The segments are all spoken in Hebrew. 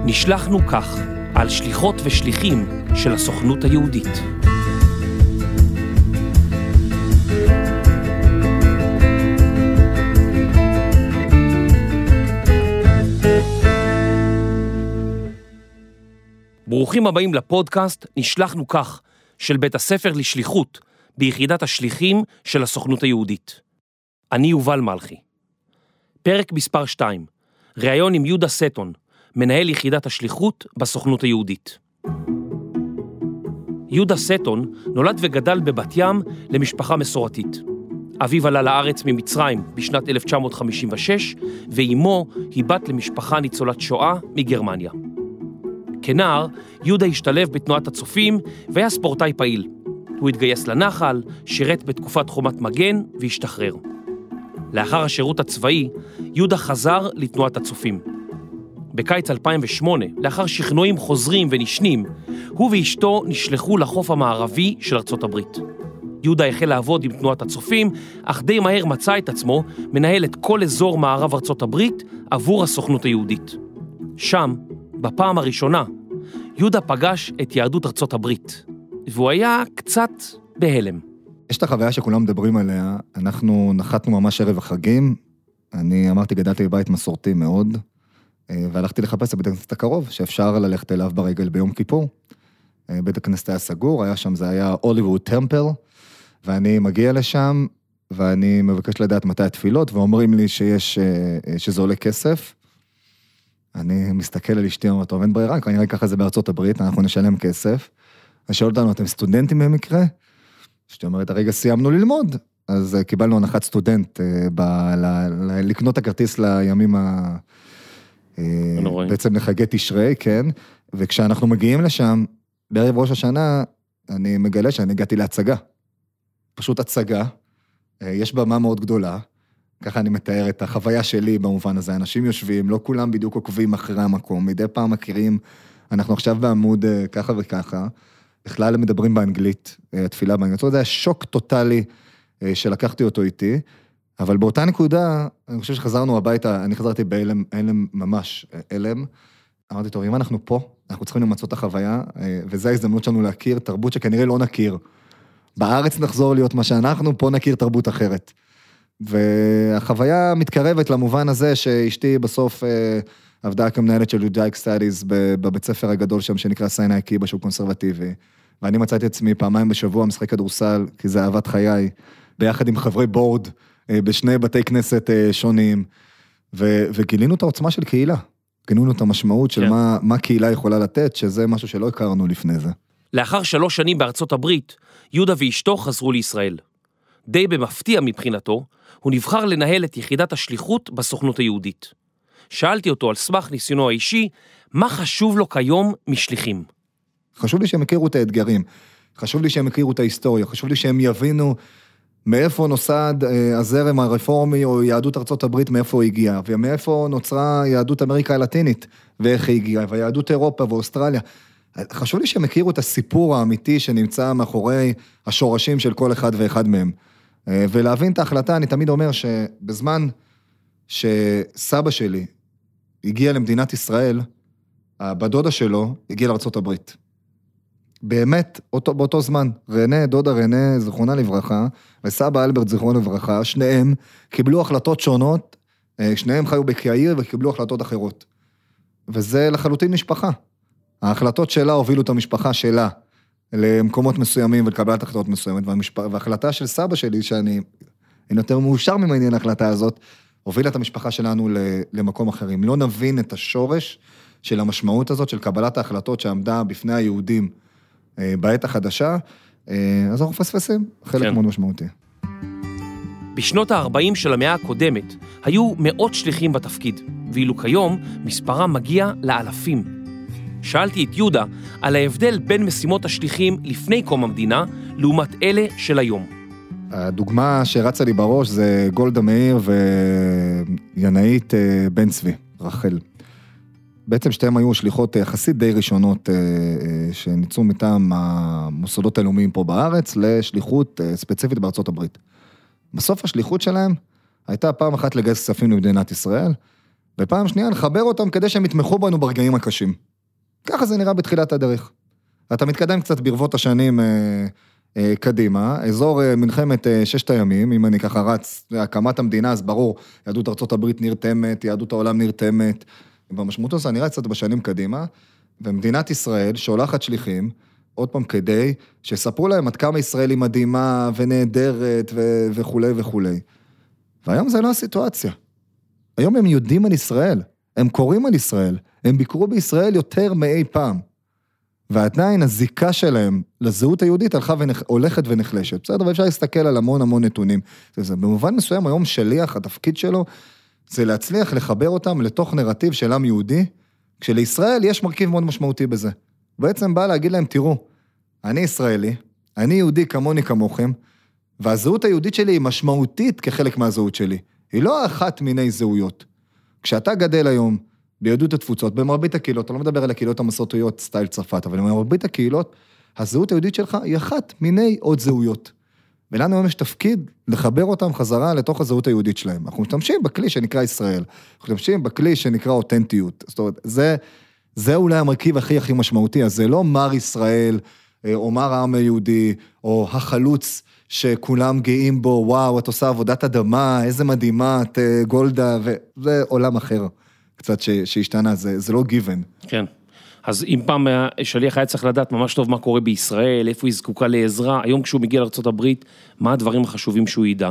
נשלחנו כך, על שליחות ושליחים של הסוכנות היהודית. ברוכים הבאים לפודקאסט נשלחנו כך, של בית הספר לשליחות, ביחידת השליחים של הסוכנות היהודית. אני יובל מלכי. פרק מספר 2, ראיון עם יהודה סטון, מנהל יחידת השליחות בסוכנות היהודית. יהודה סטון נולד וגדל בבת ים למשפחה מסורתית. אביו עלה לארץ ממצרים בשנת 1956, ואימו היא בת למשפחה ניצולת שואה מגרמניה. כנער, יהודה השתלב בתנועת הצופים והיה ספורטאי פעיל. הוא התגייס לנחל, שירת בתקופת חומת מגן והשתחרר. לאחר השירות הצבאי, יהודה חזר לתנועת הצופים. בקיץ 2008, לאחר שכנועים חוזרים ונשנים, הוא ואשתו נשלחו לחוף המערבי של ארצות הברית. יהודה החל לעבוד עם תנועת הצופים, אך די מהר מצא את עצמו מנהל את כל אזור מערב ארצות הברית עבור הסוכנות היהודית. שם, בפעם הראשונה, יהודה פגש את יהדות ארצות הברית, והוא היה קצת בהלם. יש את החוויה שכולם מדברים עליה, אנחנו נחתנו ממש ערב החגים, אני אמרתי גדלתי בבית מסורתי מאוד, והלכתי לחפש את בית הכנסת הקרוב, שאפשר ללכת אליו ברגל ביום כיפור. בית הכנסת היה סגור, זה היה הוליווד טמפל, ואני מגיע לשם, ואני מבקש לדעת מתי התפילות, ואומרים לי שזה עולה כסף. אני מסתכל על אשתי, אומר, טוב, אין ברירה, כנראה ככה זה בארצות הברית, אנחנו נשלם כסף. אני שואל אותנו, אתם סטודנטים במקרה? אשתי אומרת, הרגע סיימנו ללמוד, אז קיבלנו הנחת סטודנט, לקנות הכרטיס לימים בעצם לחגי תשרי, כן, וכשאנחנו מגיעים לשם, בערב ראש השנה, אני מגלה שאני הגעתי להצגה. פשוט הצגה, יש במה מאוד גדולה, ככה אני מתאר את החוויה שלי במובן הזה, אנשים יושבים, לא כולם בדיוק עוקבים אחרי המקום, מדי פעם מכירים, אנחנו עכשיו בעמוד ככה וככה, בכלל הם מדברים באנגלית, התפילה באנגלית, זה היה שוק טוטלי שלקחתי אותו איתי, אבל באותה נקודה, אני חושב שחזרנו הביתה, אני חזרתי בהלם, ממש הלם, אמרתי, טוב, אם אנחנו פה, אנחנו צריכים למצוא את החוויה, וזו ההזדמנות שלנו להכיר תרבות שכנראה לא נכיר. בארץ נחזור להיות מה שאנחנו, פה נכיר תרבות אחרת. והחוויה מתקרבת למובן הזה שאשתי בסוף עבדה כמנהלת של Judaic Studies בבית ספר הגדול שם שנקרא סיני קיבה שהוא קונסרבטיבי, ואני מצאתי עצמי פעמיים בשבוע משחק כדורסל, כי זה אהבת חיי, ביחד עם חברי בורד, בשני בתי כנסת שונים, וגילינו את העוצמה של קהילה, גילינו את המשמעות של מה קהילה יכולה לתת, שזה משהו שלא הכרנו לפני זה. לאחר 3 שנים בארצות הברית, יהודה ואשתו חזרו לישראל. די במפתיע מבחינתו, הוא נבחר לנהל את יחידת השליחות בסוכנות היהודית. שאלתי אותו על סמך ניסיונו האישי, מה חשוב לו כיום משליחים? חשוב לי שהם הכירו את האתגרים, חשוב לי שהם הכירו את ההיסטוריה, חשוב לי שהם יבינו מאיפה נוסד הזרם הרפורמי או יהדות ארצות הברית, מאיפה הוא הגיע, ומאיפה נוצרה יהדות אמריקה הלטינית, ואיך היא הגיעה, ויהדות אירופה ואוסטרליה. חשוב לי שהם הכירו את הסיפור האמיתי שנמצא מאחורי השורשים של כל אחד ואחד מהם. ולהבין את ההחלטה, אני תמיד אומר שבזמן שסבא שלי הגיע למדינת ישראל, בדודה שלו הגיע לארצות הברית. באמת, באותו זמן, דודה רנה, זכרונה לברכה, וסבא אלברט, זכרונה לברכה, שניהם קיבלו החלטות שונות, שניהם חיו בקהיר וקיבלו החלטות אחרות. וזה לחלוטין משפחה. ההחלטות שלה הובילו את המשפחה שלה, למקומות מסוימים ולקבלת החלטות מסוימת, וההחלטה של סבא שלי, שאני יותר מאושר ממני להחלטה הזאת, הובילה את המשפחה שלנו למקום אחר. אם לא נבין את השורש של המשמעות הזאת, של קבלת ההחלטות שעמדה בפני היהודים בעת החדשה, אז אנחנו פספסים, חלק מאוד משמעותי. בשנות ה-40 של המאה הקודמת, היו מאות שליחים בתפקיד, ואילו כיום מספרם מגיע לאלפים. שאלתי את יהודה על ההבדל בין משימות השליחים לפני קום המדינה, לעומת אלה של היום. הדוגמה שרצה לי בראש זה גולדה מאיר וינאית בן צבי, רחל. בעצם שתיהם היו שליחות יחסית די ראשונות שניצאו מטעם המוסדות הלאומיים פה בארץ לשליחות ספציפית בארצות הברית. בסוף השליחות שלהם הייתה פעם אחת לגייס כספים למדינת ישראל, ופעם שנייה לחבר אותם כדי שהם יתמכו בנו ברגעים הקשים. ככה זה נראה בתחילת הדרך. אתה מתקדם קצת ברבות השנים קדימה, אזור מלחמת ששת הימים, אם אני ככה רץ, הקמת המדינה, אז ברור, יהדות ארצות הברית נרתמת, יהדות העולם נרתמת, במשמעות הזה אני רץ קצת בשנים קדימה, ומדינת ישראל שולחת שליחים, עוד פעם כדי, שספרו להם עד כמה ישראל היא מדהימה ונהדרת וכו' וכו'. והיום זה לא הסיטואציה. היום הם יודעים על ישראל, הם קוראים על ישראל, הם ביקרו בישראל יותר מאי פעם. ועדיין הזיקה שלהם לזהות היהודית הולכת ונחלשת. בסדר, ואפשר להסתכל על המון נתונים. זה במובן מסוים, היום שליח, התפקיד שלו, זה להצליח לחבר אותם לתוך נרטיב של עם יהודי, כשלישראל יש מרכיב מאוד משמעותי בזה. בעצם בא להגיד להם, תראו, אני ישראלי, אני יהודי כמוני כמוכם, והזהות היהודית שלי היא משמעותית כחלק מהזהות שלי. היא לא אחת מיני זהויות. כשאתה גדל היום ביהדות התפוצות, במרבית הקהילות, אתה לא מדבר על הקהילות המסורתיות סטייל צרפת, אבל במרבית הקהילות, הזהות היהודית שלך היא אחת מיני עוד זהויות. ולנו היום יש תפקיד לחבר אותם חזרה לתוך הזהות היהודית שלהם. אנחנו משתמשים בכלי שנקרא ישראל, אנחנו משתמשים בכלי שנקרא אותנטיות. זאת אומרת, זה אולי המרכיב הכי משמעותי, אז זה לא מר ישראל, או מר העם היהודי, או החלוץ שכולם גאים בו, וואו, את עושה עבודת אדמה, איזה מדהימה, את גולדה, וזה עולם אחר, קצת שהשתנה, זה לא גיוון. כן. אז אם פעם שליח היה צריך לדעת ממש טוב מה קורה בישראל, איפה היא זקוקה לעזרה, היום כשהוא מגיע לארצות הברית, מה הדברים החשובים שהוא ידע?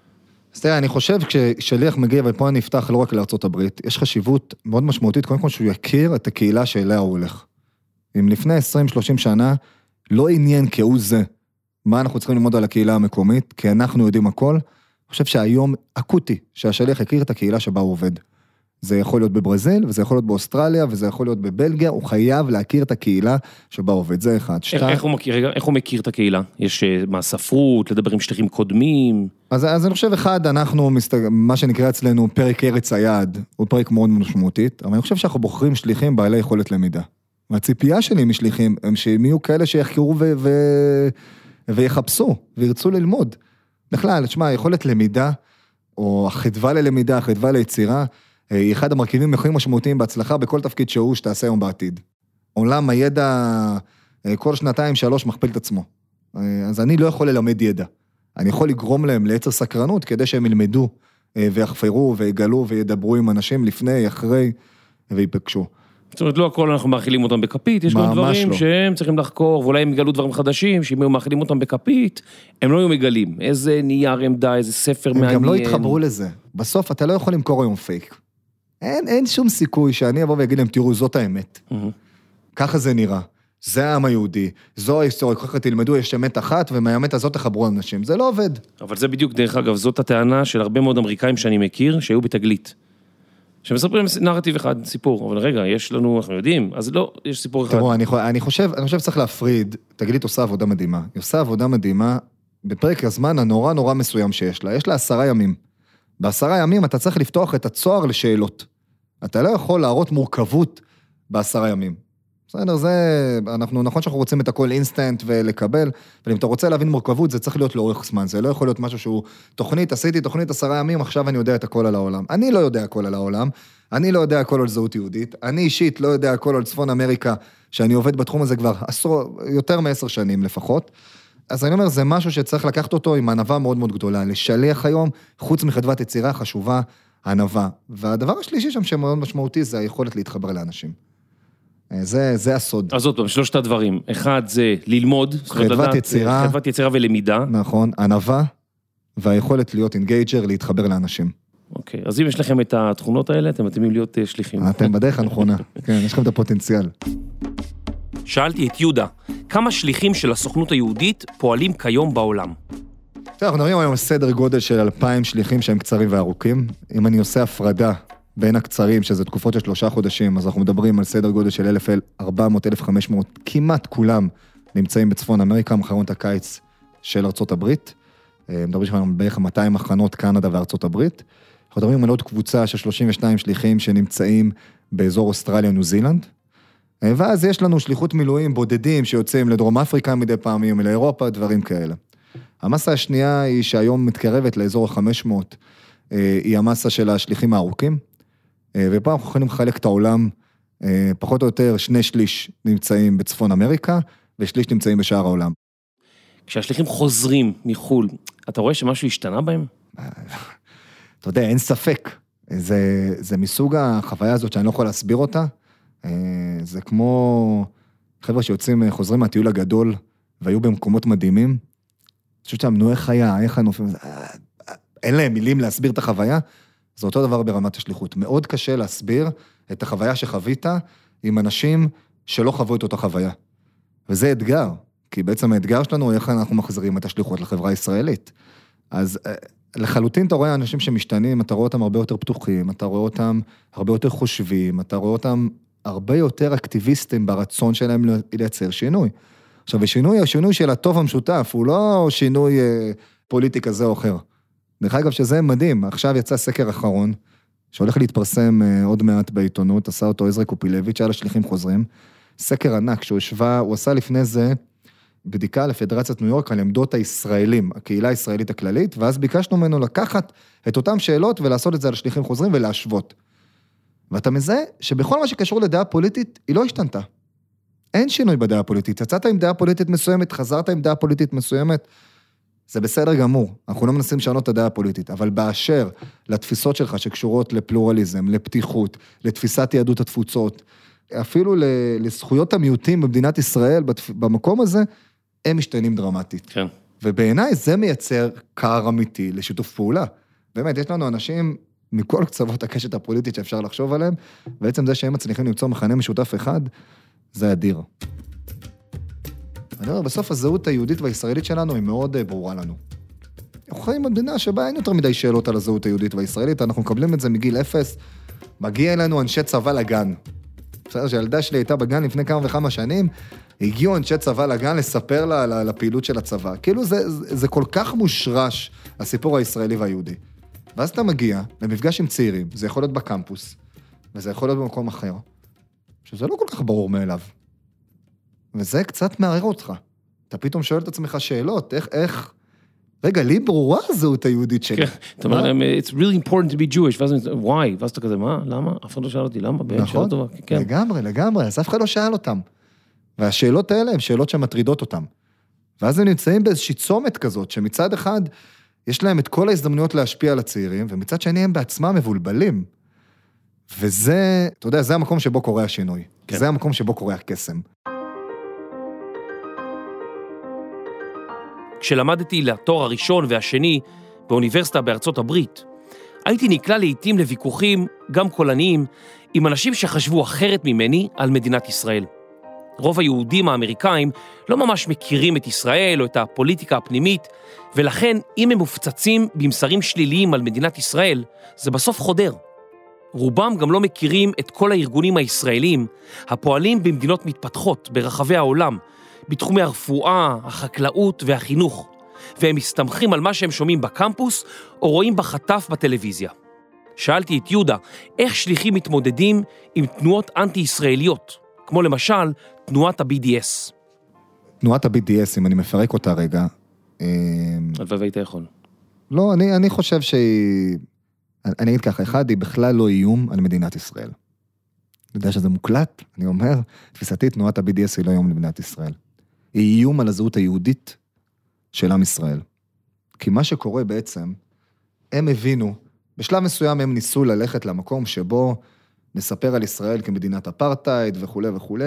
אז תראה, אני חושב כששליח מגיע, ופה אני אפתח לא רק לארצות הברית, יש חשיבות מאוד משמעותית, קודם כל שהוא יכיר את הקהילה שאליה הוא הולך. אם לפני 20-30 שנה, לא עניין כהוא זה, מה אנחנו צריכים ללמוד על הקהילה המקומית, כי אנחנו יודעים הכל, אני חושב שהיום אקוטי, שהשליח יכיר את הקהילה שבה הוא עובד. זה יכול להיות בברזיל, וזה יכול להיות באוסטרליה, וזה יכול להיות בבלגיה, הוא חייב להכיר את הקהילה שבה הוא עובד, זה אחד. איך הוא מכיר את הקהילה? יש מהספרות, לדבר עם שליחים קודמים? אז אני חושב אחד, אנחנו, מה שנקרא אצלנו פרק ארץ היעד, הוא פרק מאוד משמעותית, אבל אני חושב שאנחנו בוחרים שליחים בעלי יכולת למידה. והציפייה שלי משליחים, הם שהם יהיו כאלה שיחקרו ויחפשו, וירצו ללמוד. בכלל, תשמע, יכולת למידה, או החדווה ללמידה, החדווה ליצירה, היא אחד המרכיבים הכי משמעותיים בהצלחה בכל תפקיד שהוא שתעשה היום בעתיד. עולם הידע כל 2-3 מכפיל את עצמו. אז אני לא יכול ללמד ידע. אני יכול לגרום להם ליצר סקרנות כדי שהם ילמדו ויחפרו ויגלו וידברו עם אנשים לפני, אחרי ויפגשו. זאת אומרת, לא הכל אנחנו מאכילים אותם בכפית, יש גם דברים שהם צריכים לחקור, ואולי הם יגלו דברים חדשים, שאם הם מאכילים אותם בכפית, הם לא יהיו מגלים. איזה נייר עמדה, איזה ספר מעניין. הם גם לא יתחברו לזה. בסוף אתה לא יכול למכור היום פייק. אין שום סיכוי שאני אבוא ויגיד להם, תראו, זאת האמת. ככה זה נראה. זה העם היהודי, זו ההיסטוריה, ככה תלמדו, יש אמת אחת, ומהאמת הזאת תחברו אנשים. זה לא עובד. אבל זה בדיוק, דרך אגב, זאת הטענה של הרבה מאוד אמריקאים שאני מכיר, שהיו בתגלית. שמספרים נרטיב אחד, סיפור, אבל רגע, יש לנו, אנחנו יודעים, אז לא, יש סיפור אחד. תראו, אני חושב שצריך להפריד, תגלית עושה עבודה מדהימה. היא עושה עבודה מדהימה בפרק הזמן הנורא מסוים שיש לה. יש לה 10 ימים. ב10 ימים אתה צריך לפתוח את הצוהר לשאלות. אתה לא יכול להראות מורכבות ב10 ימים. בסדר, נכון שאנחנו רוצים את הכל אינסטנט ולקבל, אבל אם אתה רוצה להבין מורכבות, זה צריך להיות לאורך זמן. זה לא יכול להיות משהו שהוא עשיתי תוכנית 10 ימים, עכשיו אני יודע את הכל על העולם. אני לא יודע הכל על העולם, אני לא יודע הכל על זהות יהודית, אני אישית לא יודע הכל על צפון אמריקה, שאני עובד בתחום הזה כבר יותר מ10 שנים לפחות. אז אני אומר, זה משהו שצריך לקחת אותו עם ענווה מאוד מאוד גדולה. לשליח היום, חוץ מחדוות יצירה חשובה, ענווה. והדבר השלישי שם שמאוד משמעותי, זה היכולת להתחבר לאנשים. זה הסוד. אז עוד פעם, 3 הדברים. אחד זה ללמוד. חדוות יצירה ולמידה. נכון, ענווה, והיכולת להיות אינגייג'ר, להתחבר לאנשים. אוקיי, אז אם יש לכם את התכונות האלה, אתם מתאימים להיות שליחים. אתם בדרך הנכונה. כן, יש לכם את הפוטנציאל. שאלתי את יהודה, כמה שליחים של הסוכנות היהודית פועלים כיום בעולם? אנחנו מדברים היום סדר גודל של 2,000 שליחים שהם קצרים וארוכים. אם אני עושה הפרדה בין הקצרים, שזה תקופות של 3 חודשים, אז אנחנו מדברים על סדר גודל של 1,400, 1,500, כמעט כולם נמצאים בצפון אמריקה, מחנות הקיץ של ארצות הברית. מדברים שלנו בערך 200 מחנות קנדה וארצות הברית. אנחנו מדברים על עוד קבוצה של 32 שליחים שנמצאים באזור אוסטרליה, ניו זילנד. ואז יש לנו שליחות מילואים בודדים שיוצאים לדרום אפריקה מדי פעמים, לאירופה, דברים כאלה. המסה השנייה היא שהיום מתקרבת לאזור ה-500, היא המסה של השליחים הארוכים. ופה אנחנו יכולים לחלק את העולם, פחות או יותר 2/3 נמצאים בצפון אמריקה, ו1/3 נמצאים בשאר העולם. כשהשליחים חוזרים מחול, אתה רואה שמשהו השתנה בהם? אתה יודע, אין ספק. זה מסוג החוויה הזאת שאני לא יכול להסביר אותה. זה כמו חבר'ה שיוצאים, חוזרים מהטיול הגדול, והיו במקומות מדהימים. פשוט שהמנועי חיה, איך הנופים, אין להם מילים להסביר את החוויה. זה אותו דבר ברמת השליחות. מאוד קשה להסביר את החוויה שחווית עם אנשים שלא חוו את אותה חוויה. וזה אתגר, כי בעצם האתגר שלנו הוא איך אנחנו מחזירים את השליחות לחברה הישראלית. אז לחלוטין אתה רואה אנשים שמשתנים, אתה רואה אותם הרבה יותר פתוחים, אתה רואה אותם הרבה יותר חושבים, אתה רואה אותם הרבה יותר אקטיביסטים ברצון שלהם לייצר שינוי. עכשיו, השינוי הוא שינוי של הטוב המשותף, הוא לא שינוי פוליטי כזה או אחר. דרך אגב שזה מדהים, עכשיו יצא סקר אחרון, שהולך להתפרסם עוד מעט בעיתונות, עשה אותו עזרא קופילביץ' על השליחים חוזרים, סקר ענק שהוא השווה, הוא עשה לפני זה בדיקה לפדרציית ניו יורק על עמדות הישראלים, הקהילה הישראלית הכללית, ואז ביקשנו ממנו לקחת את אותם שאלות ולעשות את זה על השליחים חוזרים ולהשוות. ואתה מזהה שבכל מה שקשור לדעה פוליטית, היא לא השתנתה. אין שינוי בדעה פוליטית, יצאת עם דעה פוליטית מסוימת, חזרת עם דעה פוליטית מסוימת, זה בסדר גמור, אנחנו לא מנסים לשנות את הדעה הפוליטית, אבל באשר לתפיסות שלך שקשורות לפלורליזם, לפתיחות, לתפיסת יהדות התפוצות, אפילו לזכויות המיעוטים במדינת ישראל, במקום הזה, הם משתנים דרמטית. כן. ובעיניי זה מייצר קהר אמיתי לשיתוף פעולה. באמת, יש לנו אנשים מכל קצוות הקשת הפוליטית שאפשר לחשוב עליהם, בעצם זה שהם מצליחים למצוא מכנה משותף אחד, זה אדיר. אני אומר, בסוף הזהות היהודית והישראלית שלנו היא מאוד ברורה לנו. אנחנו חיים במדינה שבה אין יותר מדי שאלות על הזהות היהודית והישראלית, אנחנו מקבלים את זה מגיל 0, מגיע אלינו אנשי צבא לגן. בסדר, שהילדה שלי הייתה בגן לפני כמה וכמה שנים, הגיעו אנשי צבא לגן לספר לה על הפעילות של הצבא. כאילו זה כל כך מושרש, הסיפור הישראלי והיהודי. ואז אתה מגיע למפגש עם צעירים, זה יכול להיות בקמפוס, וזה יכול להיות במקום אחר, שזה לא כל כך ברור מאליו. וזה קצת מערער אותך. אתה פתאום שואל את עצמך שאלות, איך... רגע, לי ברורה הזהות היהודית שלי. כן, אתה אומר להם, it's really important to be Jewish, ואז אני, why? ואז אתה כזה, מה? למה? אף אחד לא שאל אותי, למה? נכון, לגמרי, אז אף אחד לא שאל אותם. והשאלות האלה הן שאלות שמטרידות אותם. ואז הם נמצאים באיזושהי צומת כזאת, שמצד אחד יש להם את כל ההזדמנויות להשפיע על הצעירים, ומצד שני הם בעצמם מבולבלים. וזה, אתה יודע, זה המקום שבו קורה השינוי. כן. זה המקום שבו קורה הקסם. כשלמדתי לתואר הראשון והשני באוניברסיטה בארצות הברית, הייתי נקלע לעתים לוויכוחים, גם קולניים, עם אנשים שחשבו אחרת ממני על מדינת ישראל. רוב היהודים האמריקאים לא ממש מכירים את ישראל או את הפוליטיקה הפנימית, ולכן אם הם מופצצים במסרים שליליים על מדינת ישראל, זה בסוף חודר. רובם גם לא מכירים את כל הארגונים הישראלים, הפועלים במדינות מתפתחות ברחבי העולם, בתחומי הרפואה, החקלאות והחינוך, והם מסתמכים על מה שהם שומעים בקמפוס או רואים בחטף בטלוויזיה. שאלתי את יהודה, איך שליחים מתמודדים עם תנועות אנטי-ישראליות, כמו למשל תנועת ה-BDS. תנועת ה-BDS, אם אני מפרק אותה רגע... הלוואי והיית יכול. לא, אני חושב שהיא... אני אגיד ככה, אחד, היא בכלל לא איום על מדינת ישראל. אני יודע שזה מוקלט, אני אומר, תפיסתי, תנועת ה-BDS היא לא איום למדינת ישראל. היא איום על הזהות היהודית של עם ישראל. כי מה שקורה בעצם, הם הבינו, בשלב מסוים הם ניסו ללכת למקום שבו נספר על ישראל כמדינת אפרטייד וכו' וכו',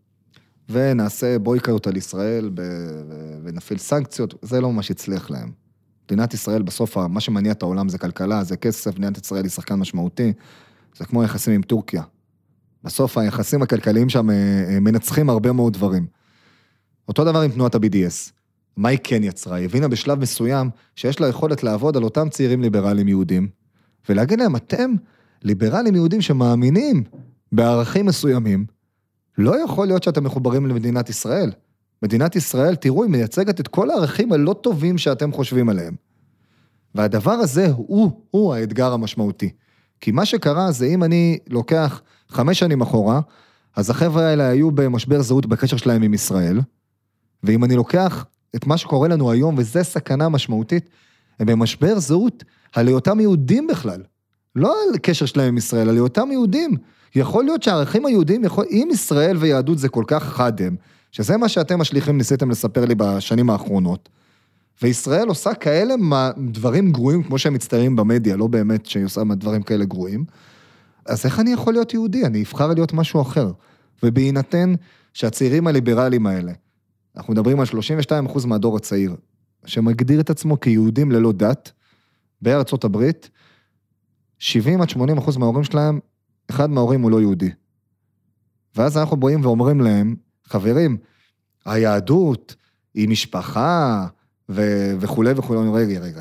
ונעשה בויקות על ישראל ונפעיל סנקציות, זה לא ממש הצליח להם. מדינת ישראל בסוף, מה שמניע את העולם זה כלכלה, זה כסף, מדינת ישראל היא שחקן משמעותי, זה כמו היחסים עם טורקיה. בסוף היחסים הכלכליים שם מנצחים הרבה מאוד דברים. אותו דבר עם תנועת ה-BDS. מה היא כן יצרה? היא הבינה בשלב מסוים שיש לה יכולת לעבוד על אותם צעירים ליברלים יהודים, ולהגיד להם, אתם ליברלים יהודים שמאמינים בערכים מסוימים, לא יכול להיות שאתם מחוברים למדינת ישראל. מדינת ישראל, תראו, היא מייצגת את כל הערכים הלא טובים שאתם חושבים עליהם. והדבר הזה הוא האתגר המשמעותי. כי מה שקרה זה אם אני לוקח 5 שנים אחורה, אז החבר'ה האלה היו במשבר זהות בקשר שלהם עם ישראל, ואם אני לוקח את מה שקורה לנו היום, וזה סכנה משמעותית, הם במשבר זהות על היותם יהודים בכלל. לא על קשר שלהם עם ישראל, על אותם יהודים. יכול להיות שהערכים היהודים, אם ישראל ויהדות זה כל כך חדם, שזה מה שאתם השליחים ניסיתם לספר לי בשנים האחרונות, וישראל עושה כאלה דברים גרועים, כמו שהם מצטיירים במדיה, לא באמת שהיא עושה דברים כאלה גרועים, אז איך אני יכול להיות יהודי? אני אבחר להיות משהו אחר. ובהינתן שהצעירים הליברליים האלה, אנחנו מדברים על 32% מהדור הצעיר, שמגדיר את עצמו כיהודים ללא דת, בארצות הברית, 70-80% מההורים שלהם, אחד מההורים הוא לא יהודי. ואז אנחנו באים ואומרים להם, חברים, היהדות היא משפחה, וכו' וכו', רגע.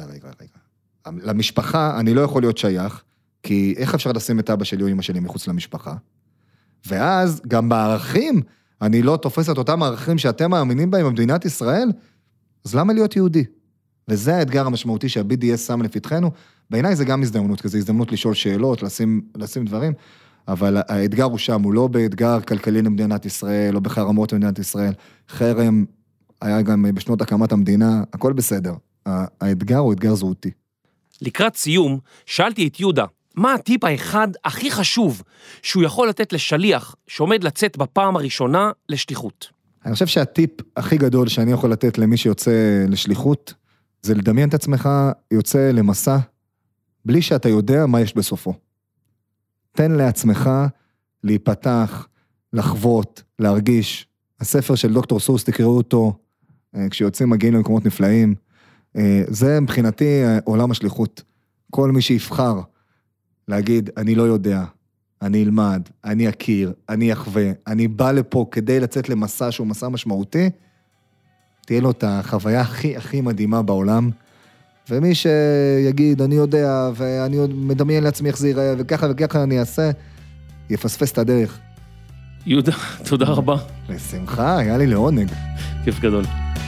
למשפחה אני לא יכול להיות שייך, כי איך אפשר לשים את אבא שלי או אמא שלי מחוץ למשפחה? ואז גם בערכים, אני לא תופס את אותם הערכים שאתם מאמינים בהם במדינת ישראל, אז למה להיות יהודי? וזה האתגר המשמעותי שה-BDS שם לפתחנו, בעיניי זה גם הזדמנות, כי זה הזדמנות לשאול שאלות, לשים דברים, אבל האתגר הוא שם, הוא לא באתגר כלכלי למדינת ישראל, לא בחרמות למדינת ישראל, חרם היה גם בשנות הקמת המדינה, הכל בסדר. האתגר הוא אתגר זהותי. לקראת סיום, שאלתי את יהודה, מה הטיפ האחד הכי חשוב שהוא יכול לתת לשליח שעומד לצאת בפעם הראשונה לשליחות? אני חושב שהטיפ הכי גדול שאני יכול לתת למי שיוצא לשליחות, זה לדמיין את עצמך יוצא למסע, בלי שאתה יודע מה יש בסופו. תן לעצמך להיפתח, לחוות, להרגיש. הספר של דוקטור סוס, תקראו אותו, כשיוצאים מגיעים למקומות נפלאים. זה מבחינתי עולם השליחות. כל מי שיבחר להגיד, אני לא יודע, אני אלמד, אני אכיר, אני אחווה, אני בא לפה כדי לצאת למסע שהוא מסע משמעותי, תהיה לו את החוויה הכי מדהימה בעולם, ומי שיגיד, אני יודע, ואני עוד מדמיין לעצמי איך זה ייראה, וככה אני אעשה, יפספס את הדרך. יהודה, תודה רבה. בשמחה, היה לי לעונג. כיף גדול.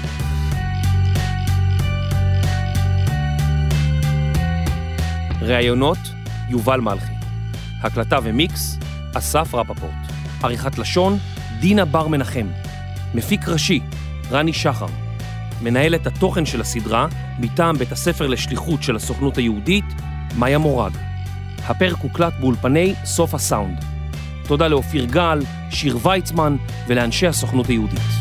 ראיונות, יובל מלכי. הקלטה ומיקס, אסף רפפורט. עריכת לשון, דינה בר מנחם. מפיק ראשי, רני שחר. מנהלת התוכן של הסדרה, מטעם בית הספר לשליחות של הסוכנות היהודית, מאיה מורג. הפרק הוקלט באולפני סוף הסאונד. תודה לאופיר גל, שיר ויצמן ולאנשי הסוכנות היהודית.